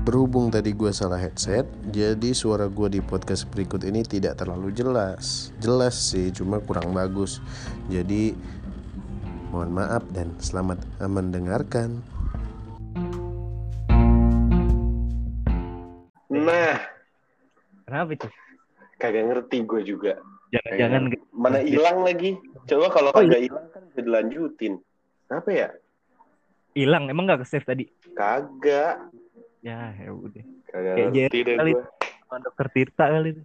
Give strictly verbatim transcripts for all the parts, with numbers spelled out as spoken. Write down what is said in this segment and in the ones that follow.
Berhubung tadi gue salah headset, jadi suara gue di podcast berikut ini tidak terlalu jelas. Jelas sih, cuma kurang bagus. Jadi mohon maaf dan selamat mendengarkan. Nah, Kenapa itu? kagak ngerti gue juga. Jangan-jangan Kagak- mana hilang lagi? Coba kalau Oh, kagak hilang kan bisa dilanjutin. Kenapa ya? hilang, emang nggak ke save tadi? Kagak. Ya, ya udah. Kagak Kayak ngerti Jerry deh kali gue. sama Dokter Tirta kali itu.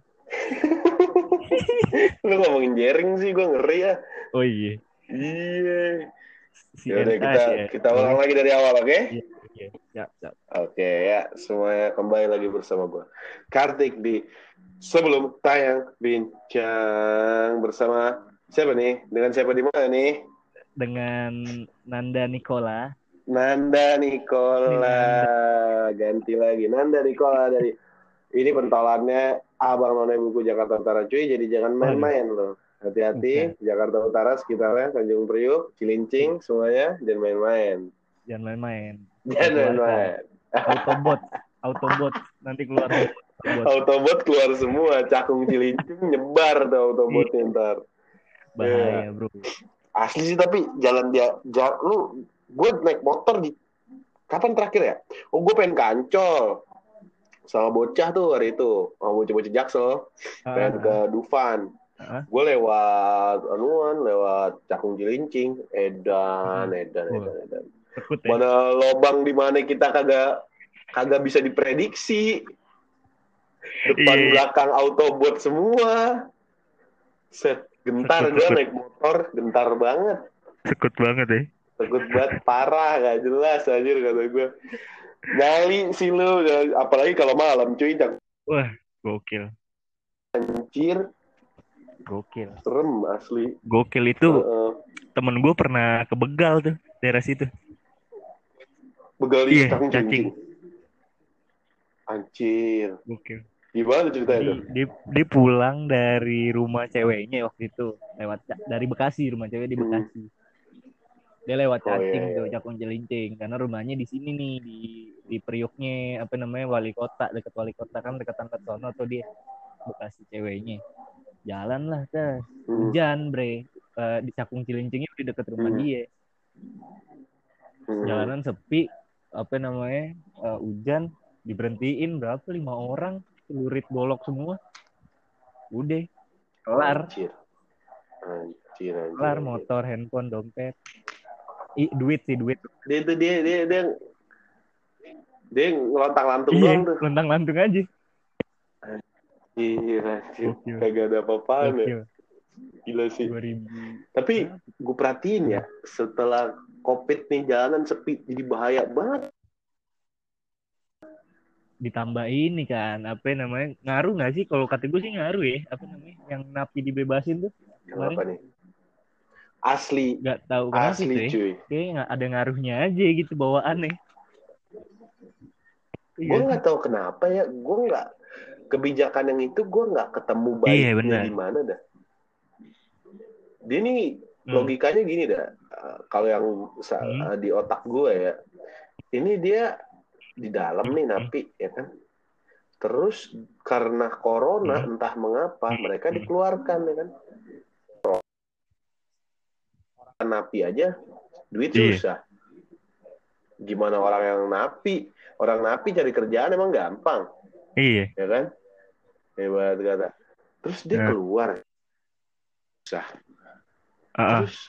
Lu ngomongin jaring sih, gue ngeri ya. Oh iya. Iya. Si Yaudah N A, kita si N A. kita ulang lagi dari awal, oke? Iya, iya. Siap, siap. Oke ya, semuanya kembali lagi bersama gue, Kartik, di sebelum tayang bincang bersama siapa nih? Dengan siapa di mana nih? Dengan Nanda Nicola. Nanda Nicola, ganti lagi Nanda Nicola dari ini pentolannya Abang None Buku Jakarta Utara cuy, jadi jangan main-main loh. Hati-hati, Bukan. Jakarta Utara sekitarnya, Tanjung Priuk, Cilincing, semuanya jangan main-main. Jangan main-main. Jangan main-main. Autobot, Autobot nanti keluar. Autobot. Autobot keluar semua, Cakung Cilincing nyebar tuh Autobotnya ntar. Bahaya, bro. Asli sih, tapi jalan dia, jalan, lu, gue naik motor di, kapan terakhir ya? Oh, gue pengen kancol. Sama bocah tuh hari itu, sama bocah-bocah Jaksel, Ah, pengen ke Dufan. ah. Gue lewat anuan, lewat Cakung Cilincing, edan, edan, Oh. edan, edan. Takut ya? Mana lobang di mana kita kagak kagak bisa diprediksi. Depan Iya. belakang Autobot semua. Set, gentar Takut, gue takut. naik motor, gentar banget. Takut banget ya. Takut banget, parah, gak jelas anjir kata gue. Nyali sih lu, apalagi kalau malam cuy, Wah, gokil. anjir, Gokil. serem asli. Gokil itu Uh-uh. temen gue pernah ke Begal tuh, daerah situ. Begal di Iya, Cakung cacing. Cilincing. Anjir. Gokil. Gimana ceritanya Jadi tuh? dia, dia pulang dari rumah ceweknya waktu itu lewat dari Bekasi, rumah cewek di Hmm. Bekasi. Dia lewat Oh, cacing iya, tuh, iya. Cakung Cilincing, karena rumahnya di sini nih, di di Prioknya, apa namanya, wali kota, dekat wali kota kan, deketan ke sono tuh dia, Bekasi ceweknya. Jalan lah, tes. Hmm. Hujan, bre. Eh, di Cakung Cilincingnya di dekat rumah Hmm. dia. Hmm. Jalanan sepi, apa namanya, eh, hujan, diberhentiin berapa, lima orang, celurit bolok semua. Udah, kelar. Anjir. Anjir, anjir. Kelar, anjir. motor, handphone, dompet. I, duit sih, duit. Dia tuh dia dia dia dia ngelontang-lantung Iya, doang tuh. lontang-lantung aja. Iya, anjir. Gokil. Kagak ada apa-apaan ya. Gokil. Gila sih. dua ribu. Tapi gue perhatiin ya, setelah COVID nih jalanan sepi, jadi bahaya banget. Ditambah ini kan, apa namanya, ngaruh nggak sih? Kalau kata gue sih ngaruh ya, apa namanya, yang napi dibebasin tuh Kenapa kemarin. nih? Asli. Nggak tahu kenapa Asli itu ya. cuy. Kayaknya nggak ada ngaruhnya aja gitu bawaannya. Gue nggak tahu kenapa ya, gue nggak kebijakan yang itu gue nggak ketemu Iya, baiknya benar. di mana dah. Dia nih Hmm. logikanya gini dah. Uh, kalau yang sa- Hmm. uh, di otak gue ya, ini dia di dalam nih napi ya kan. Terus karena corona Hmm. entah mengapa Hmm. mereka dikeluarkan ya kan. Orang napi aja duit Iya. susah. Gimana orang yang napi? Orang napi cari kerjaan emang gampang. Iya. Ya kan? Hebat kata. Terus dia Nah. keluar. Susah. Uh-uh. Terus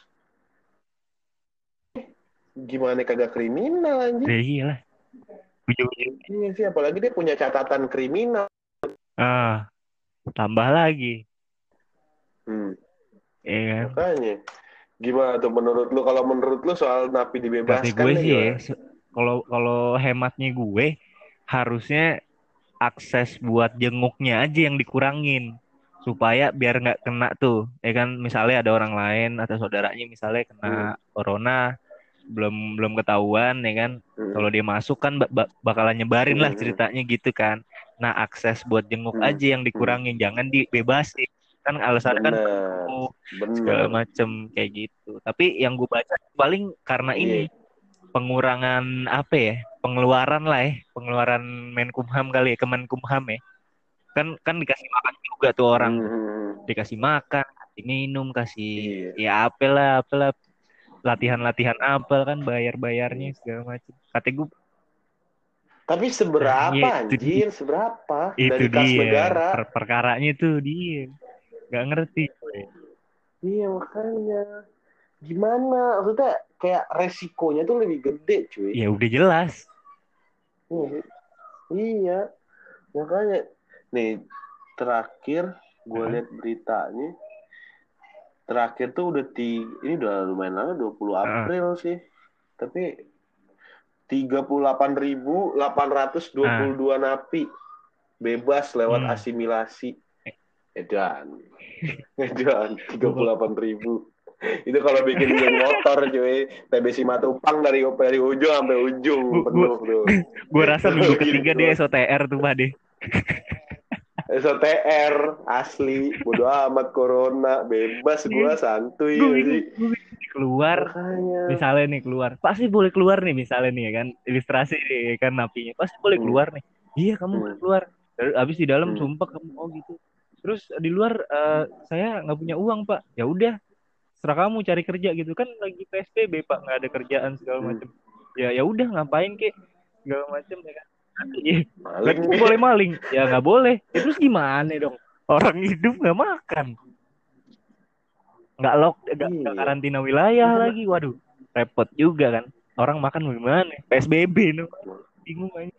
gimana kagak kriminal anjir? Ya iyalah. Ujung-ujung. Iya sih, apalagi dia punya catatan kriminal. Ah, tambah lagi. Hmm. Iya kan? Makanya. Gimana tuh menurut lu? Kalau menurut lu soal napi Kata dibebaskan gue nih sih ya, gimana? se- kalau kalau hematnya gue, harusnya akses buat jenguknya aja yang dikurangin supaya biar nggak kena tuh, ya kan, misalnya ada orang lain atau saudaranya misalnya kena Hmm. corona, belum belum ketahuan, ya kan, Hmm. kalau dia masuk kan bak- bak- bakalan nyebarin lah Hmm. ceritanya gitu kan. Nah, akses buat jenguk Hmm. aja yang dikurangin, jangan dibebasin, kan alasannya kan Bener. penuh segala Bener. macem kayak gitu. Tapi yang gue baca paling karena Iya. ini pengurangan apa ya? Pengeluaran lah ya, pengeluaran Menkumham kali ya, Kemenkumham ya. Kan kan dikasih makan juga tuh orang tuh. Hmm, Dikasih makan, kasih minum, kasih iya. ya apalah, apalah latihan-latihan apel kan bayar-bayarnya segala macam. Kata gue, Tapi nah seberapa iya itu dia, anjir? Seberapa itu dari kas dia negara? per perkaranya tuh dia nggak ngerti. Iya makanya. Gimana? Maksudnya kayak resikonya tuh lebih gede, cuy. Ya udah jelas. Iya, iya. Makanya nih terakhir gue Heeh, lihat beritanya, terakhir tuh udah ti ini udah lumayan lama dua puluh heeh. April sih. Tapi tiga puluh delapan ribu delapan ratus dua Ah, puluh dua napi bebas lewat hmm. asimilasi. Eh, Edan. Edan tiga gua puluh kalau delapan ribu. Itu kalau bikin geng motor cuy, T B C Matupang dari dari ujung sampai ujung gua, gua, penuh tuh. gua rasa minggu Gini ketiga dia gua. S O T R tuh Pak deh. S O T R asli, bodo amat corona, bebas Iya. gua santuy Gue gak bingung, sih? gue bingung nih keluar, Makanya. misalnya nih keluar, pasti boleh keluar nih misalnya nih ya kan, ilustrasi nih ya kan napinya, pasti boleh Hmm, keluar nih. Iya kamu boleh hmm, keluar. Terus abis di dalam hmm, sumpah kamu oh gitu. Terus di luar eh, saya nggak punya uang Pak. Ya udah, serah kamu cari kerja gitu kan lagi P S B B Pak nggak ada kerjaan segala hmm. macam. Ya ya udah ngapain kek segala macam ya kan. Iya. Maling Berarti kan nih. boleh maling. Ya nggak boleh. Ya, terus gimana dong? Orang hidup nggak makan, nggak lock, nggak nggak Iya. karantina wilayah Nah, lagi. Waduh, repot juga kan. Orang makan gimana? P S B B no. Bingung aja.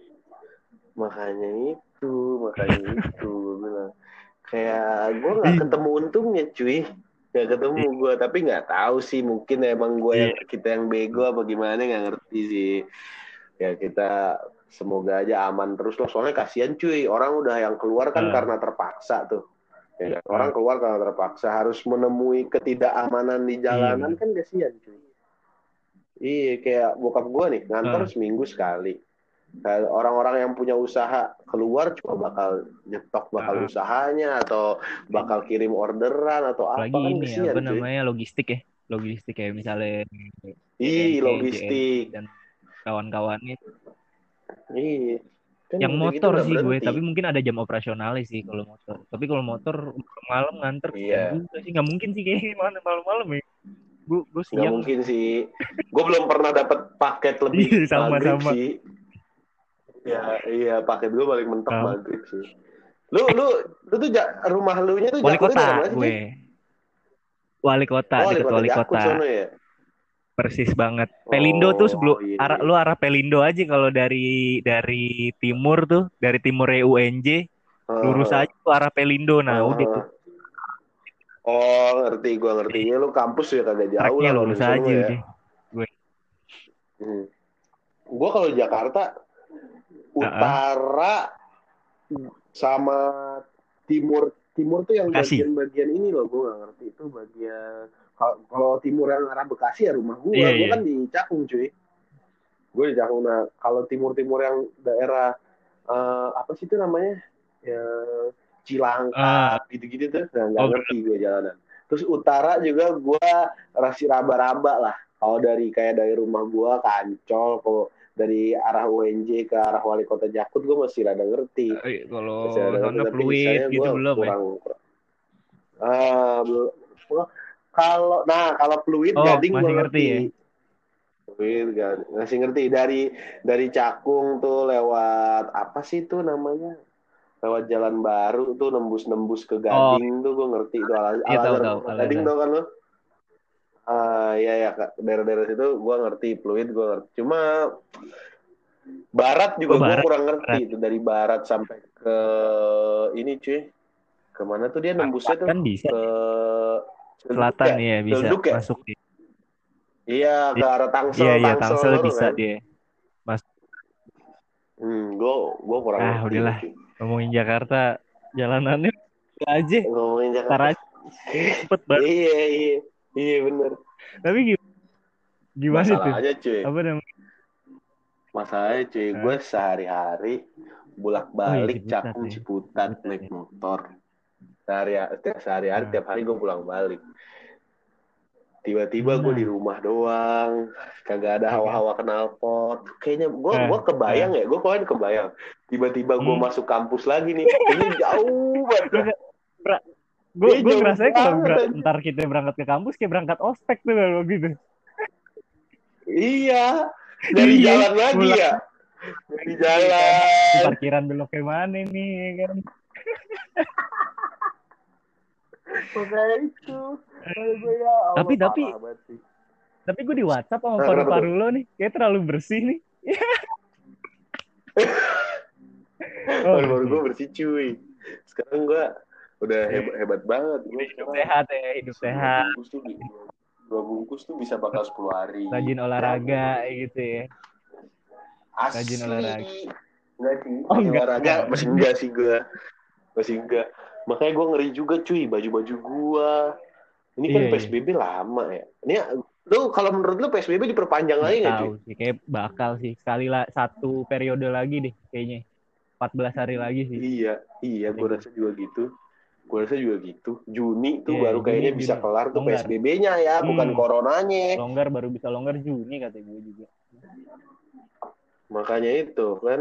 makanya itu, makanya itu gue bilang. Kayak gue nggak Iya. ketemu untungnya cuy. Nggak ketemu gue, tapi nggak tahu sih mungkin emang gue yang Iya. kita yang bego apa gimana nggak ngerti sih. Ya kita semoga aja aman terus loh. Soalnya kasihan cuy, orang udah yang keluar kan Ah, karena terpaksa tuh. Ya, kan? Orang ah. keluar karena terpaksa harus menemui ketidakamanan di Iya jalanan benar. kan kasihan cuy. Iya kayak bokap gue nih ngantor Ah, seminggu sekali. Kayak orang-orang yang punya usaha keluar cuma bakal nyetok ah, bakal ah. usahanya atau Iya. bakal kirim orderan atau apa Apalagi kan ini ya, apa kesian cuy. namanya logistik ya, logistik kayak misalnya Ih G N C, J N E logistik. dan kawan-kawannya. Iya kan Yang gitu-gitu motor nggak sih gue, berhenti. tapi mungkin ada jam operasionalnya sih kalau motor. Tapi kalau motor malam nganter kesian Iya juga sih. Nggak mungkin sih kayaknya mana malam-malam ya. Gue gue nggak siang. mungkin sih. Gue belum pernah dapat paket lebih Iya maghrib sama-sama. sih. Ya iya paket gue paling mentok Sama. maghrib sih. Lu lu lu tuh ja- rumah lu nya tuh Wali Jakutnya kota daerah mana sih gue. cuy? Wali kota, Oh di deket kota wali Jakut kota. sono ya. Persis banget. Pelindo tuh sebelum Oh iya arah iya. lu arah Pelindo aja kalau dari dari timur tuh, dari timur U N J lurus Heeh, aja tuh arah Pelindo. Nah, udah tuh. heeh. Oh ngerti gue ngerti ya lu kampus ya kagak jauh Treknya lah kalau lurus dari sono aja mah ya. udah. Gue. Hmm. Gue kalau di Jakarta Heeh. utara sama timur timur tuh yang Bekasi. bagian-bagian ini loh gue nggak ngerti itu bagian kalau kalau timur yang arah Bekasi ya rumah gue Iya, gue iya. kan di Cakung cuy gue di Cakung nah kalau timur-timur yang daerah eh, apa sih itu namanya ya, Ah, Cilangkap gitu-gitu tuh nah, nggak oh, ngerti gue jalanan terus utara juga gue rasi raba-raba lah kalau dari kayak dari rumah gue ke Ancol kalau dari arah U N J ke arah Wali Kota Jakut gue masih rada ngerti eh, kalau masih rada ngerti sana tapi di fluid sana gitu gue belum ya? kurang ah belum kalau nah kalau fluid Oh, gading gue masih ngerti ngerti ya? fluid gading masih ngerti dari dari Cakung tuh lewat apa sih tuh namanya lewat jalan baru tuh nembus-nembus ke Oh, Gading tuh gue ngerti itu Al iya tahu Azhar tahu Gading Al-Azhar. tau kan lo ah ya ya Kak. Daerah-daerah situ gue ngerti fluid gue ngerti cuma barat juga Oh, gue barat, kurang ngerti barat. itu dari barat sampai ke ini cuy kemana tuh dia nembusnya tuh Kan bisa ke Ciledug selatan ya ya bisa Ciledug ya masuk ya. iya ke arah Iya Tangsel iya Tangsel Tangsel tuh bisa kan dia. Mas, hmm gue gue kurang ah ngerti tuh udahlah cuy ngomongin Jakarta jalanannya udah aja. ngomongin Ntar Jakarta aja cepet banget. iya iya iya bener Tapi gi- gimana tuh? masalahnya cuy Apa namanya? masalahnya cuy gue Hah? sehari-hari Oh iya bolak-balik Ciputat Cakung ya. Ciputat Ciputat naik ya. motor sehari setiap sehari-hari Nah, tiap hari gue pulang balik Tiba-tiba gue Nah. di rumah doang, kagak ada Iya kan? hawa-hawa knalpot. Kayaknya gue Eh, gua kebayang eh. ya, gue kemarin kebayang. Tiba-tiba gue Hmm. masuk kampus lagi nih, kayaknya jauh banget Lu dah. nggak- ber- gue Kayaknya gue jauh ngerasanya kalau banget ber- aja. ntar kita berangkat ke kampus kayak berangkat ospek tuh kalau gitu. Iya, dari Iya, jalan lagi pulang ya. Dari iya kan. Di jalan. parkiran belok ke mana nih ya kan. Makanya itu. Aduh, gue ya Allah, Tapi tapi parah banget sih. tapi gue di WhatsApp sama Nah, kenapa paru-paru tuh? lo nih kayak terlalu bersih nih. Oh, Baru-baru gue bersih. bersih cuy. Sekarang gue udah Eh, hebat, hebat banget. Gue Hidup sekarang sehat ya, hidup dua sehat. bungkus tuh bi- dua bungkus tuh bisa bakal sepuluh hari. Rajin Ya, olahraga gitu. kayak gitu ya. Rajin Asli. olahraga. Enggak sih, Oh rajin enggak, olahraga enggak. masih enggak sih gue. Masih enggak. Makanya gue ngeri juga cuy, baju-baju gue. Ini kan Iya, iya. P S B B lama ya. Ini lu kalau menurut lu P S B B diperpanjang Nggak lagi nggak tahu cuy? sih, kayak bakal sih sekali lah satu periode lagi deh kayaknya. empat belas hari lagi sih. Iya, iya, gue rasa juga gitu. Gue rasa juga gitu. Juni tuh Iya, baru Juni, kayaknya bisa Juni. kelar tuh Longgar. P S B B-nya ya, bukan Hmm, coronanya. longgar baru bisa longgar Juni kata gue juga. Makanya itu kan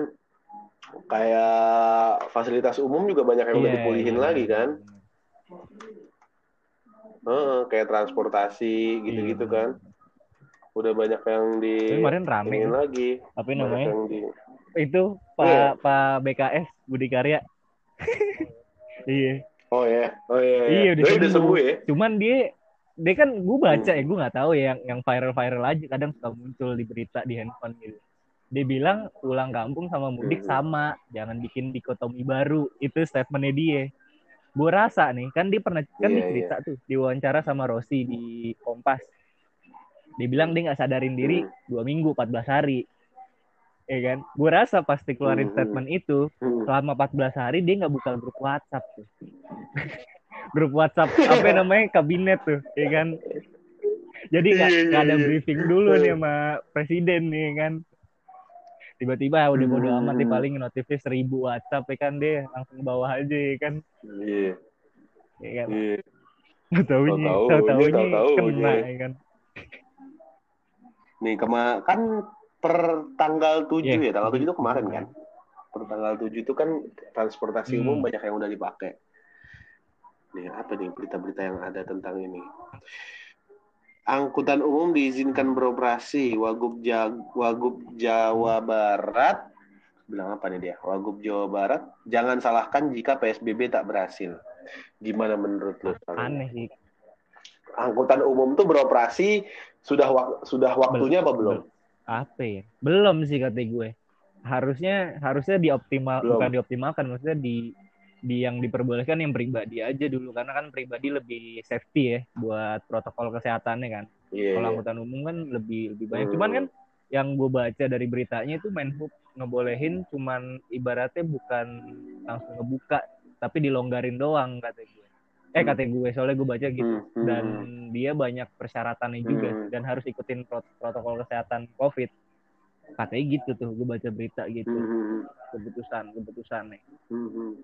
kayak fasilitas umum juga banyak yang Iya, udah dipulihin iya, lagi benar, kan. benar, Heeh, kayak transportasi benar. gitu-gitu Iya, kan. Udah banyak yang di tapi kemarin rame ingin tuh. lagi. Apa Banyak namanya? yang di Itu Iya. Pak Pak B K S Budi Karya. Iya. Oh ya, oh iya, iya. Iya udah Dia udah sembuh. sembuh ya. Cuman dia dia kan gue baca Hmm. ya, gue nggak tahu ya yang yang viral-viral aja kadang suka muncul di berita di handphone gitu. Dia bilang pulang kampung sama mudik Hmm. sama, jangan bikin dikotomi baru. Itu statementnya dia. Gue rasa nih, kan dia pernah kan Iya, dia cerita iya. tuh di wawancara sama Rossi di Kompas. Dia bilang dia nggak sadarin diri Hmm. dua minggu empat belas hari. Ya kan? Gue rasa pasti keluarin Hmm. statement itu Hmm. selama empat belas hari dia nggak buka grup WhatsApp tuh. Grup WhatsApp apa namanya kabinet tuh, ya kan? Jadi nggak Iya, nggak iya, ada iya. briefing dulu nih sama presiden nih kan. Tiba-tiba udah bodo amat nih Hmm. paling notifnya seribu WhatsApp ya kan dia langsung bawah aja ya kan. Iya, Ya kan. iya. Tahu-taunya, Tahu-tahu, tahu-taunya tahu-tahu kena aja. ya kan. Nih kema kan per tanggal tujuh Iya, ya, tanggal tujuh tujuh, itu kemarin tujuh kan. Per tanggal tujuh itu kan transportasi umum Hmm. banyak yang udah dipakai. Nih apa nih berita-berita yang ada tentang ini? Angkutan umum diizinkan beroperasi. Wagub Ja- Wagub Jawa Barat bilang apa nih dia? Wagub Jawa Barat jangan salahkan jika P S B B tak berhasil. Gimana menurut lo? Aneh sih. Angkutan umum tuh beroperasi sudah wak- sudah waktunya apa belum? Apa ya? Belum sih kata gue. Harusnya harusnya dioptimal Belum. bukan dioptimalkan, maksudnya di di yang diperbolehkan yang pribadi aja dulu karena kan pribadi lebih safety ya buat protokol kesehatannya kan. Iya. Kalau iya. angkutan umum kan lebih lebih banyak. Hmm. Cuman kan yang gue baca dari beritanya itu Menhub ngebolehin cuman ibaratnya bukan langsung ngebuka tapi dilonggarin doang kata gue. Eh kata gue soalnya gue baca gitu. Hmm, hmm, Dan hmm. dia banyak persyaratannya juga Hmm. dan harus ikutin prot- protokol kesehatan COVID. Katanya gitu tuh gue baca berita gitu. Hmm. Keputusan keputusannya. Hmm.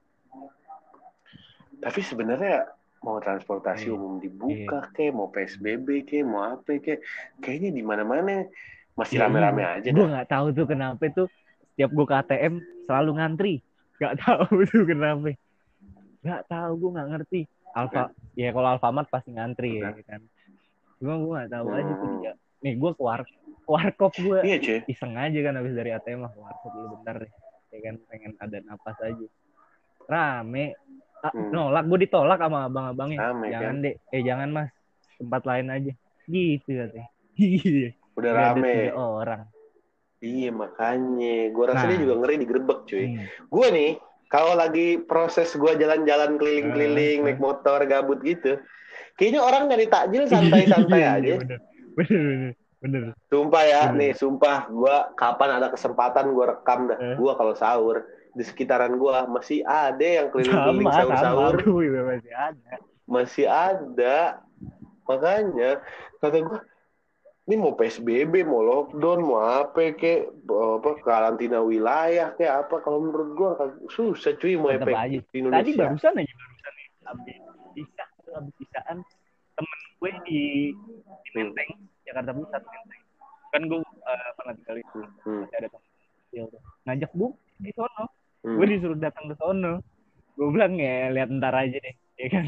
Tapi sebenarnya mau transportasi Iya. umum dibuka ke, mau P S B B ke, mau apa ke, kayaknya di mana-mana masih Ya, rame-rame iya. aja Gue dah. nggak tahu tuh kenapa tuh setiap gue ke A T M selalu ngantri. Nggak tahu tuh kenapa. Nggak tahu, gue nggak ngerti. Alfa, ya kalau Alfamart pasti ngantri ya kan. Cuma gue nggak tahu aja tuh Hmm. dia. Nih gue ke war ke warkop gue Iya cuy. iseng aja kan habis dari A T M lah ke warkop dulu bentar deh. Ya kan pengen ada napas aja. Rame. Ah, Hmm. nolak gue ditolak sama abang-abangnya. Rame, Jangan kan? deh. Eh jangan mas. Tempat lain aja. Gitu katanya. Iya. Udah Udah ada rame. tiga orang. Iya makanya. Gue rasa Nah. dia juga ngeri digerebek cuy. Hmm. Gue nih, kalau lagi proses gue jalan-jalan keliling-keliling, Uh, uh. naik motor, gabut gitu, kayaknya orang nyari takjil santai-santai Iya, aja. iya, bener. Bener, bener. Bener. Sumpah ya, Bener. nih sumpah gue kapan ada kesempatan gue rekam dah. Eh. Gue kalau sahur di sekitaran gue masih ada yang keliling-keliling Sama, sama. sahur-sahur, Gue juga masih ada. masih ada. Makanya kata gue, ini mau P S B B, mau lockdown, mau apa kek, apa karantina wilayah kayak apa? Kalau menurut gue susah cuy mau Tetep efek aja. di Tadi Indonesia. barusan aja, barusan nih. Habis bisa, habis bisaan. Temen gue di, di Menteng, Jakarta Pusat Menteng. Kan gue uh, pernah tinggal di sana, Hmm. masih ada teman kecil tuh. Ngajak gue di sono, Hmm. gue disuruh datang ke sono. Gue bilang ya lihat ntar aja deh, ya kan.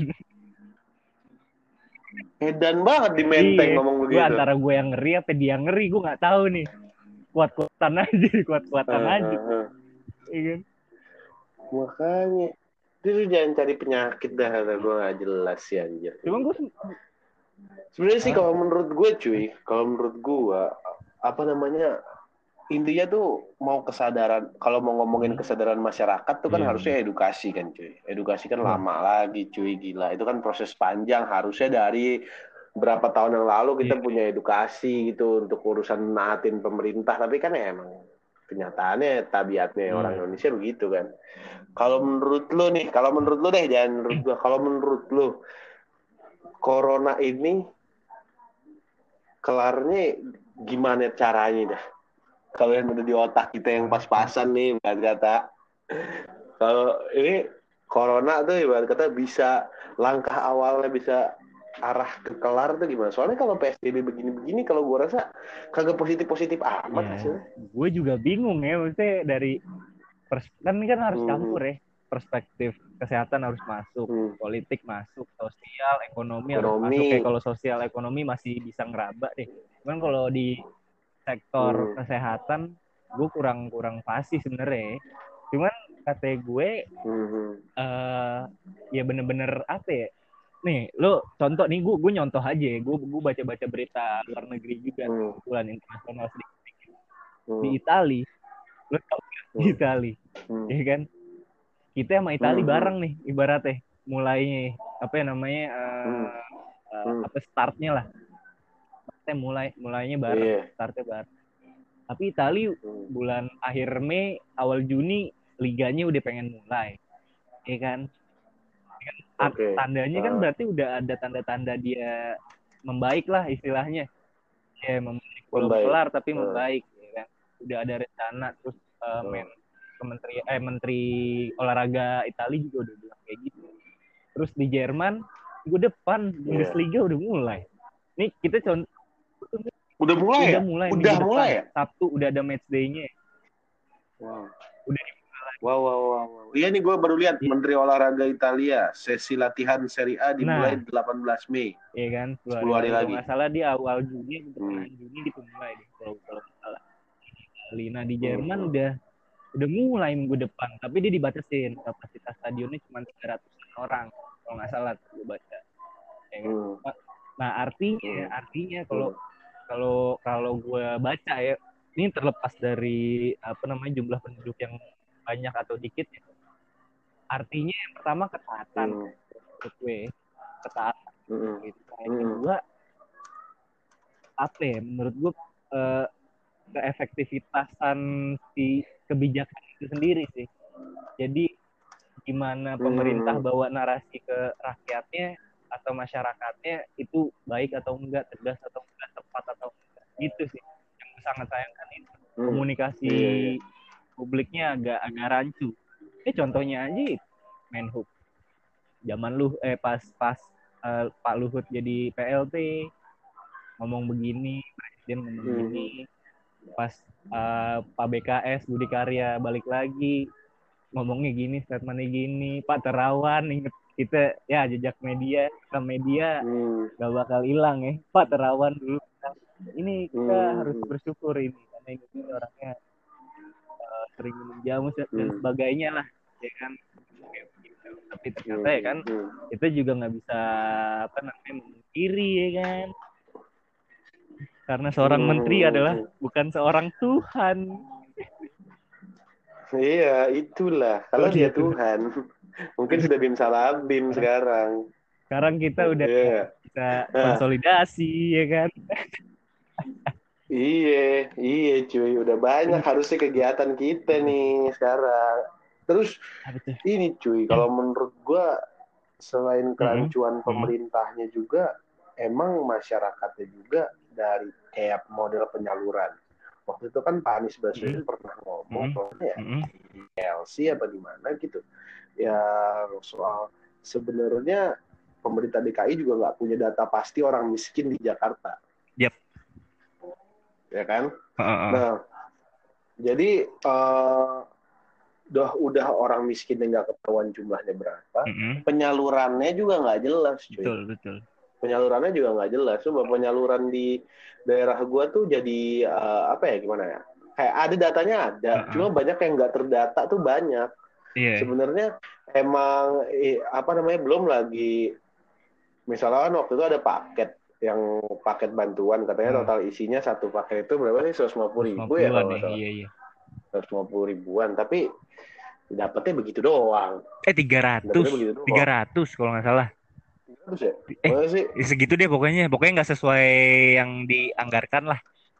Edan banget di Menteng Iya, ngomong gue begitu. antara gue yang ngeri apa dia yang ngeri, gue nggak tahu nih. Kuat-kuatan aja, kuat-kuatan Uh, aja. uh, uh. Iya kan. Makanya itu jangan cari penyakit dah, kata gue nggak jelas sih anjir. Cuma gue sebenarnya sih kalau menurut gue cuy, kalau menurut gue apa namanya, intinya tuh mau kesadaran, kalau mau ngomongin kesadaran masyarakat tuh kan Iya, harusnya edukasi kan cuy. Edukasi kan Wah. lama lagi cuy, gila. Itu kan proses panjang, harusnya dari berapa tahun yang lalu kita Iya. punya edukasi gitu untuk urusan naatin pemerintah, tapi kan ya emang kenyataannya tabiatnya Hmm. orang Indonesia begitu kan. Kalau menurut lu nih, kalau menurut lu deh, jangan menurut gua, kalau menurut lu corona ini kelarnya gimana caranya dah? Kalau yang ada di otak kita yang pas-pasan nih, ibarat kata, kalau ini corona tuh ibarat kata bisa langkah awalnya bisa arah ke kelar tuh gimana? Soalnya kalau P S B B begini-begini, kalau gue rasa kagak positif-positif amat Ya, hasilnya. gue juga bingung ya, maksudnya dari pers- kan ini kan harus Hmm. campur ya, perspektif kesehatan harus masuk, Hmm. politik masuk, sosial, ekonomi, harus Ekonomi. masuk. Kayak kalau sosial ekonomi masih bisa ngeraba deh. Cuman kalau di sektor Hmm. kesehatan, gue kurang kurang pasti sebenarnya. Cuman kata gue, Hmm. eh ya bener-bener apa ya? Nih, lo contoh nih, gue gue nyontoh aja, gue gue baca-baca berita luar negeri juga, Hmm. kebetulan internasional sedikit. Hmm. Di Itali, lo tau gak? Di Hmm. Itali, Hmm. ya kan? Kita sama Itali Hmm. bareng nih, ibaratnya mulainya apa ya namanya, uh, Hmm. uh, apa startnya lah, kita mulai mulainya bareng, Iya. startnya bareng. Tapi Itali Hmm. bulan akhir Mei, awal Juni liganya udah pengen mulai, ya kan? Oke. Tandanya kan Ah. berarti udah ada tanda-tanda dia membaik lah istilahnya. Ya membaik, belum Membaik. kelar tapi Ah. membaik, ya kan? Udah ada rencana, terus uh, Ah. men kementeri eh menteri olahraga Italia juga udah bilang kayak gitu. Terus di Jerman minggu depan Bundesliga udah mulai. Nih kita contoh udah mulai udah ya? mulai Udah minggu mulai depan, ya? Sabtu udah ada match day-nya. Wow. Udah dimulai. Wow, wow, wow, wow. Iya nih gue baru lihat, Iya. Menteri Olahraga Italia, sesi latihan Serie A dimulai Nah, delapan belas Mei. Iya kan, sepuluh hari lagi. Kalau nggak salah di awal Juni, pertengahan Hmm. Juni itu mulai deh, kalau kalau nggak salah. Nah di Jerman Hmm. udah udah mulai minggu depan, tapi dia dibatasin kapasitas stadionnya cuma tiga ratus orang, kalau nggak salah gue baca. Ya kan? Hmm. Nah artinya, Hmm. artinya kalau Hmm. kalau kalau gue baca ya, ini terlepas dari apa namanya jumlah penduduk yang banyak atau dikit ya. Artinya yang pertama ketaatan, Hmm. menurut gue ketaatan. Hmm. Gitu. Yang kedua apa ya? Menurut gue eh, keefektivitasan si kebijakan itu sendiri sih. Jadi gimana pemerintah Hmm. bawa narasi ke rakyatnya atau masyarakatnya itu baik atau enggak, tegas atau enggak, tepat atau enggak, gitu sih. Yang sangat sayangkan itu Hmm. komunikasi Iya, iya. publiknya agak agak rancu. Ini contohnya aja Menhub. Zaman lu eh pas pas uh, Pak Luhut jadi P L T ngomong begini, presiden ngomong Hmm. begini. Pas uh, Pak B K S Budi Karya balik lagi ngomongnya gini, statementnya gini. Pak Terawan inget kita ya jejak media, ke media Hmm. gak bakal hilang ya. Pak Terawan dulu ini kita Hmm. harus bersyukur ini karena ini orangnya uh, sering minum jamu dan Hmm. sebagainya lah, ya kan. Tapi ternyata Hmm. ya kan Hmm. kita juga nggak bisa apa namanya memungkiri ya kan, karena seorang Hmm. menteri adalah bukan seorang Tuhan. Iya, itulah. Kalau Oh, dia gitu. Tuhan, mungkin sudah bim salam bim sekarang. Sekarang kita udah Yeah. bisa konsolidasi, ya kan? Iya, iya cuy. Udah banyak harusnya kegiatan kita nih sekarang. Terus ini cuy, kalau menurut gua selain kerancuan Mm-hmm. pemerintahnya juga, emang masyarakatnya juga dari kayak model penyaluran. Waktu itu kan Pak Anies Baswedan mm-hmm. pernah ngomong, mm-hmm. ya mm-hmm. di L C apa di mana gitu. Ya soal sebenarnya pemerintah D K I juga nggak punya data pasti orang miskin di Jakarta. Yap. Ya kan? Uh-uh. Nah, jadi uh, udah udah orang miskin yang nggak ketahuan jumlahnya berapa, Mm-mm. penyalurannya juga nggak jelas, cuy. Betul, betul. Penyalurannya juga nggak jelas. Coba penyaluran di daerah gua tuh jadi uh, apa ya gimana ya? Kayak ada datanya ada, Uh-uh. cuma banyak yang nggak terdata tuh banyak. Iya. Sebenarnya emang eh, apa namanya belum lagi misalnya kan waktu itu ada paket yang paket bantuan katanya Hmm. total isinya satu paket itu berapa sih seratus lima puluh ribu ya kalau nggak salah. Iya, iya. seratus lima puluh ribuan tapi dapetnya begitu doang. Eh tiga ratus. Dapetnya begitu doang. tiga ratus kalau nggak salah. Terus ya? Eh, Mana sih? segitu deh pokoknya. Pokoknya nggak sesuai yang dianggarkan lah.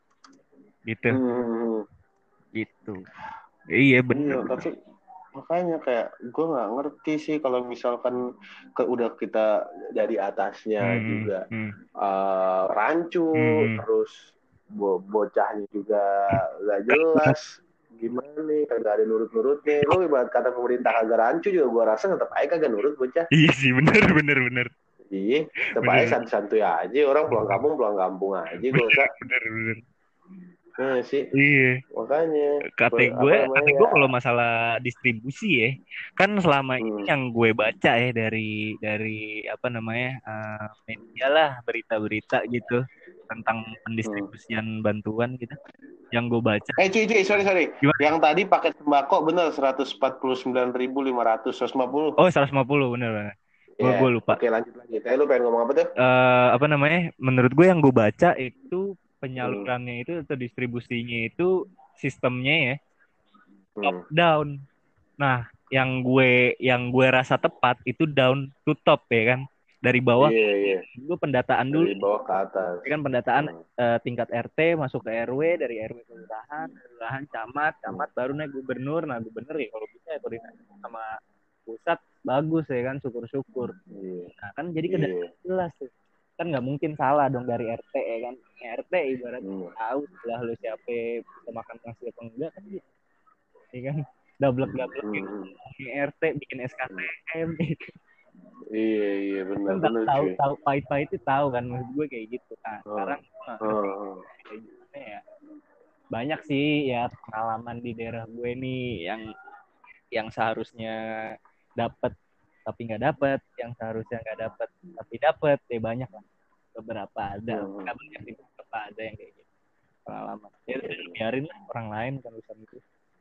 Gitu. Hmm. Gitu. Iya bener. Iya, tapi makanya kayak gue nggak ngerti sih kalau misalkan ke, udah kita dari atasnya Hmm, juga hmm, uh, rancu, hmm. terus bo- bocahnya juga nggak jelas gimana nih, kagak ada nurut-nurutnya. Lo ibarat kata pemerintah kagak rancu juga gue rasa tetap aja kagak nurut bocah. Iya sih bener bener bener. Iya, tetap Bener. aja santuy aja, orang pulang kampung pulang kampung aja gue rasa. Bener bener. Nah sih, Iya. makanya Kata ber- gue, apa kata namanya gue ya. kalau masalah distribusi ya, kan selama ini Hmm. yang gue baca ya dari dari apa namanya uh, media lah berita-berita gitu tentang pendistribusian bantuan gitu, yang gue baca. Eh cuy cuy sorry sorry. Gimana? Yang tadi paket sembako bener seratus empat puluh sembilan ribu lima ratus seratus lima puluh. Oh seratus lima puluh bener bener. Gue Ya, gue lupa. oke lanjut lagi. Eh lu pengen ngomong apa tuh? Eh, apa namanya? Menurut gue yang gue baca itu Hmm. penyalurannya itu atau distribusinya itu sistemnya ya top Hmm. down. Nah, yang gue yang gue rasa tepat itu down to top ya kan. Dari bawah Iya iya. dulu pendataan dulu. Dari bawah ke atas. Ya kan pendataan Hmm. eh, tingkat R T masuk ke R W, dari R W ke kelurahan, kelurahan camat, camat baru naik gubernur. Nah, gubernur ya kalau bisa ya koordinasi sama pusat bagus ya kan, syukur-syukur. Iya. Nah, kan jadi ke Iya. jelas tuh. Kan nggak mungkin salah dong dari R T ya kan. R T ibaratnya Hmm. tahu setelah lu siapa bisa makan nasi apa enggak kan gitu. Ya kan double-double gitu. Hmm. R T bikin S K T M gitu. Iya iya benar Kan benar tahu cuy. tahu pahit-pahit itu tahu kan maksud gue kayak gitu. Nah, Oh. sekarang nah, Oh. kayak gimana ya? Banyak sih ya pengalaman di daerah gue nih yang yang seharusnya dapat tapi nggak dapat, yang seharusnya nggak dapat tapi dapat, ya banyak lah. Beberapa ada, Hmm. nggak banyak sih, beberapa ada yang kayak gitu pengalaman. Ya biarin lah orang lain kan urusan itu.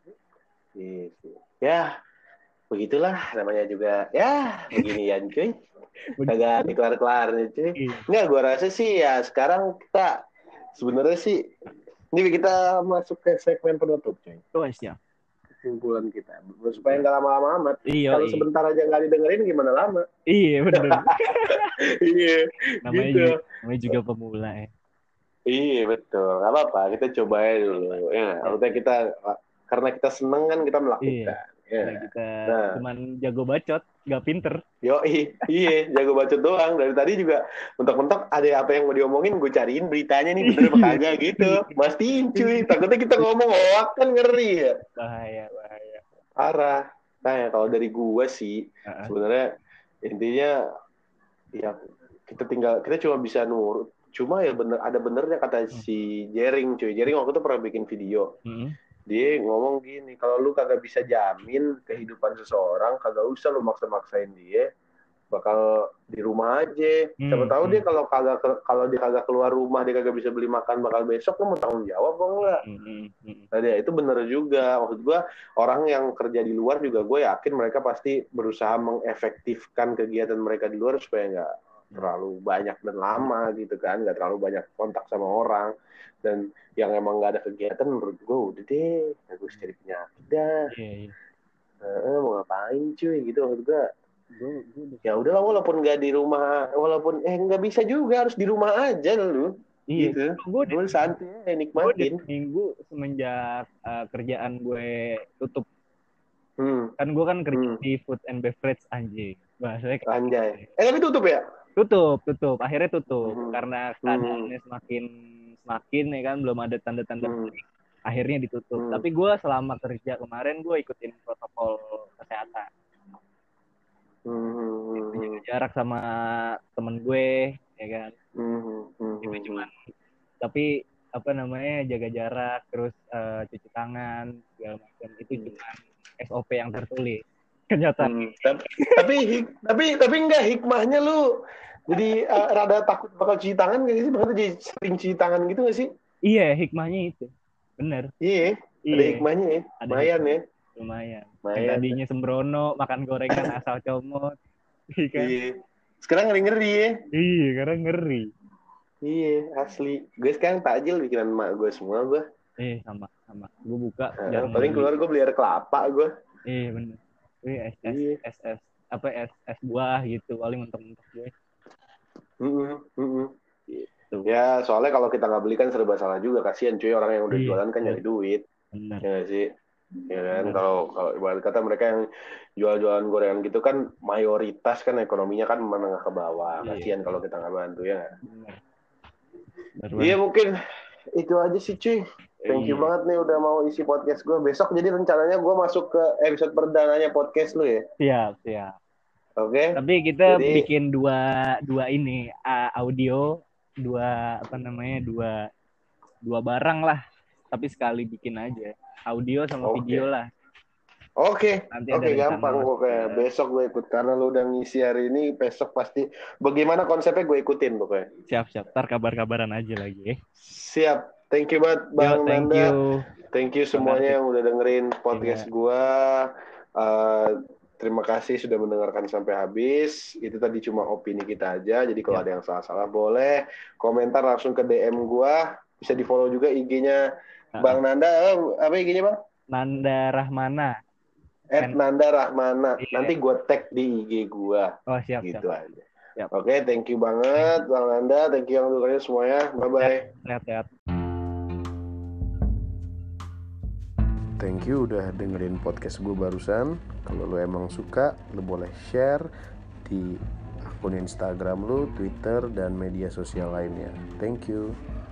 Iya sih. Ya begitulah namanya juga ya beginian cuy. Kagak dikelar-kelar nih cuy. Iya. Nggak, gue rasa sih ya sekarang kita sebenarnya sih ini kita masuk ke segmen penutup cuy. Oh siap. Kesimpulan kita supaya nggak lama-lama amat. Iya. Kalau iya. sebentar aja nggak didengerin gimana lama? Iya benar. Iya. Namanya gitu. juga, namanya juga pemula ya. Iya betul. Nggak apa-apa. Kita coba aja dulu. Ya, maksudnya kita karena kita seneng kan kita melakukan. Iya. Ya. Karena kita Nah. cuman jago bacot, nggak pinter. Yo iya, jago bacot doang. Dari tadi juga mentok-mentok ada apa yang mau diomongin, gue cariin beritanya nih bener apa kagak gitu. Mastiin cuy, takutnya kita ngomong hoak kan ngeri ya. Bahaya, bahaya. Parah. Nah ya, kalau dari gue sih Uh-uh. sebenarnya intinya ya kita tinggal kita cuma bisa nurut. Cuma ya bener ada benernya kata si Jering cuy. Jering waktu itu pernah bikin video. Mm-hmm. Dia ngomong gini, kalau lu kagak bisa jamin kehidupan seseorang, kagak usah lu maksa-maksain dia, bakal di rumah aja. Hmm, Siapa tahu hmm. dia kalau kagak kalau dia kagak keluar rumah, dia kagak bisa beli makan bakal besok, lu mau tanggung jawab apa enggak? Hmm, hmm, hmm. Nah, dia, itu bener juga. Maksud gua orang yang kerja di luar juga gue yakin mereka pasti berusaha mengefektifkan kegiatan mereka di luar supaya nggak terlalu banyak dan lama gitu kan, nggak terlalu banyak kontak sama orang. Dan yang emang nggak ada kegiatan menurut gue udah deh, gue cari penyakit dah. Iya, iya. Eh, mau ngapain cuy gitu maksud gue. Ya udahlah walaupun nggak di rumah, walaupun eh nggak bisa juga harus di rumah aja lu. Iya. Gitu. Gue Lu santai aja gue nikmatin. minggu semenjak uh, kerjaan gue tutup. Hmm. Kan gue kan kerja Hmm. di food and beverage anjing. Bahasanya kayak Anjay. Eh tapi tutup ya? tutup, tutup. Akhirnya tutup Hmm. karena keadaannya semakin semakin ya kan belum ada tanda-tanda Hmm. baik. Akhirnya ditutup. Hmm. Tapi gue selama kerja kemarin gue ikutin protokol kesehatan. Hmm. jaga jarak sama temen gue, ya kan. Hmm. Itu cuman, tapi apa namanya, jaga jarak, terus uh, cuci tangan segala macam, itu cuma S O P yang tertulis. Kenyataan. Hmm. Tapi tapi hik- tapi tapi enggak hikmahnya lu jadi uh, rada takut bakal cuci tangan gak sih? Makanya jadi sering cuci tangan gitu gak sih? Iya, hikmahnya itu. Bener. Iya, ada Iya, hikmahnya ya. ada Lumayan hikmah. ya. Lumayan. Yang Lumayan. tadinya sembrono, makan gorengan asal comot. Iya kan? Iya. Sekarang ngeri-ngeri ya. Iya, karena ngeri. Iya, asli. Gue sekarang takjil bikinan emak gue semua gue. Eh, sama, sama. Gue buka, Nah, jarang paling beli. keluar gue beli air kelapa gue. Iya, bener. Iya, es, es, Iya. es, es, apa, es, es buah gitu. Paling mentok-mentok gue. Mm-mm, mm-mm. Gitu. Ya, soalnya kalau kita nggak beli kan serba salah juga. Kasian cuy, orang yang udah Iya, jualan kan betul. nyari duit. Bener. Ya nggak sih? Ya kan, Bener. kalau kalau ibarat kata mereka yang jual-jualan gorengan gitu kan mayoritas kan ekonominya kan menengah ke bawah. Iya. Kasian kalau kita nggak bantu ya nggak? Bener. Bener Iya banget. mungkin itu aja sih cuy. Thank you Iya. banget nih udah mau isi podcast gue. Besok jadi rencananya gue masuk ke episode perdananya podcast lu ya. Siap, siap. Oke. Tapi kita Jadi bikin dua dua ini uh, audio, dua apa namanya, dua dua barang lah. Tapi sekali bikin aja. Audio sama Oke. video lah. Oke, Nanti oke ada gampang rencana. pokoknya. Besok gue ikut karena lu udah ngisi hari ini. Besok pasti bagaimana konsepnya gue ikutin pokoknya. Siap, siap. Ntar kabar-kabaran aja lagi. Siap. Thank you banget Yo, Bang thank Nanda. you. Thank you semuanya yang udah dengerin podcast gue. Uh, terima kasih sudah mendengarkan sampai habis. Itu tadi cuma opini kita aja. Jadi kalau Siap. ada yang salah-salah boleh komentar langsung ke D M gue. Bisa di follow juga I G-nya Uh-uh. Bang Nanda. Oh, apa I G-nya Bang? Nanda Rahmana. At Nanda Rahmana. Yeah. Nanti gue tag di I G gue. Oh siap. Gitu siap. aja. Siap. Oke, okay, thank you banget Bang Nanda. Thank you yang dengerin semuanya. Bye-bye. Sehat-sehat. Thank you udah dengerin podcast gue barusan. Kalau lo emang suka, lo boleh share di akun Instagram lo, Twitter, dan media sosial lainnya. Thank you.